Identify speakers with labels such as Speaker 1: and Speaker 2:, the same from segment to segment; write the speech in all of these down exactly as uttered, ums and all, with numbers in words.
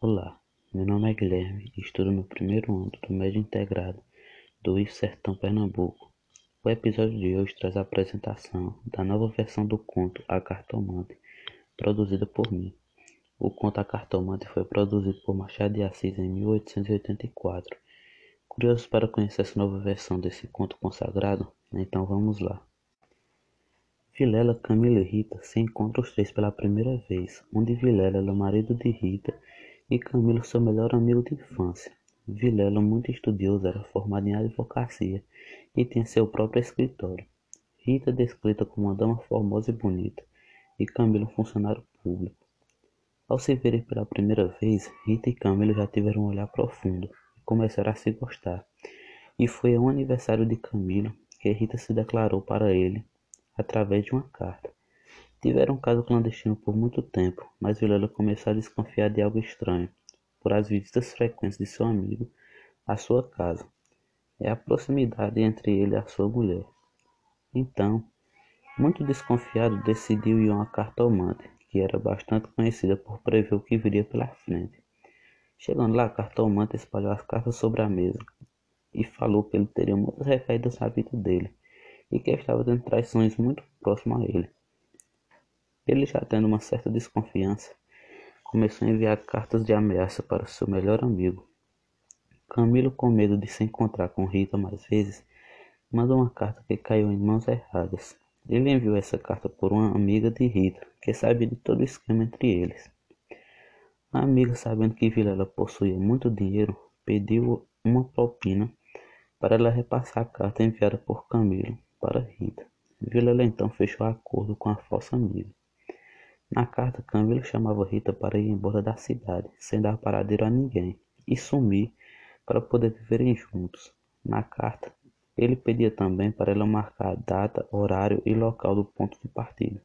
Speaker 1: Olá, meu nome é Guilherme e estudo no primeiro ano do Médio Integrado do I F Sertão, Pernambuco. O episódio de hoje traz a apresentação da nova versão do conto A Cartomante, produzida por mim. O conto A Cartomante foi produzido por Machado de Assis em mil oitocentos e oitenta e quatro. Curiosos para conhecer essa nova versão desse conto consagrado? Então vamos lá. Vilela, Camilo e Rita se encontram os três pela primeira vez, onde Vilela é o marido de Rita e Camilo seu melhor amigo de infância. Vilela, muito estudioso, era formado em advocacia e tinha seu próprio escritório. Rita é descrita como uma dama formosa e bonita, e Camilo um funcionário público. Ao se verem pela primeira vez, Rita e Camilo já tiveram um olhar profundo e começaram a se gostar. E foi ao aniversário de Camilo que Rita se declarou para ele através de uma carta. Tiveram um caso clandestino por muito tempo, mas Vilela começou a desconfiar de algo estranho, por as visitas frequentes de seu amigo à sua casa, e a proximidade entre ele e a sua mulher. Então, muito desconfiado, decidiu ir a uma cartomante, que era bastante conhecida por prever o que viria pela frente. Chegando lá, a cartomante espalhou as cartas sobre a mesa e falou que ele teria muitas recaídas na vida dele e que estava tendo traições muito próximas a ele. Ele, já tendo uma certa desconfiança, começou a enviar cartas de ameaça para seu melhor amigo. Camilo, com medo de se encontrar com Rita mais vezes, mandou uma carta que caiu em mãos erradas. Ele enviou essa carta por uma amiga de Rita, que sabia de todo o esquema entre eles. A amiga, sabendo que Vilela possuía muito dinheiro, pediu uma propina para ela repassar a carta enviada por Camilo para Rita. Vilela então fechou acordo com a falsa amiga. Na carta, Camilo chamava Rita para ir embora da cidade, sem dar paradeiro a ninguém, e sumir para poder viverem juntos. Na carta, ele pedia também para ela marcar a data, horário e local do ponto de partida.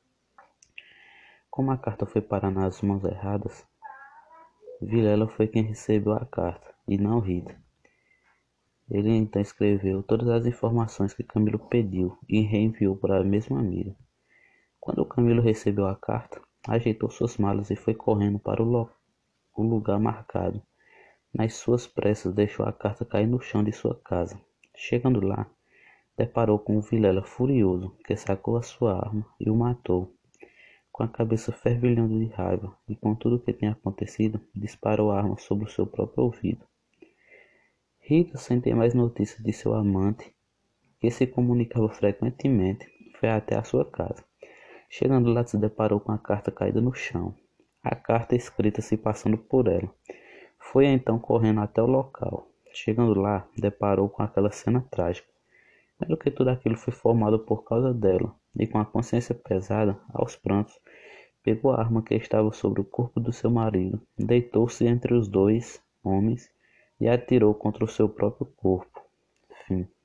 Speaker 1: Como a carta foi parar nas mãos erradas, Vilela foi quem recebeu a carta, e não Rita. Ele então escreveu todas as informações que Camilo pediu e reenviou para a mesma amiga. Quando Camilo recebeu a carta, ajeitou suas malas e foi correndo para o, o lugar marcado. Nas suas pressas, deixou a carta cair no chão de sua casa. Chegando lá, deparou com o Vilela furioso, que sacou a sua arma e o matou. Com a cabeça fervilhando de raiva e com tudo o que tinha acontecido, disparou a arma sobre o seu próprio ouvido. Rita, sem ter mais notícias de seu amante, que se comunicava frequentemente, foi até a sua casa. Chegando lá, se deparou com a carta caída no chão. A carta escrita se passando por ela. Foi então correndo até o local. Chegando lá, deparou com aquela cena trágica. Vendo que tudo aquilo foi formado por causa dela, e com a consciência pesada, aos prantos, pegou a arma que estava sobre o corpo do seu marido, deitou-se entre os dois homens e atirou contra o seu próprio corpo. Fim.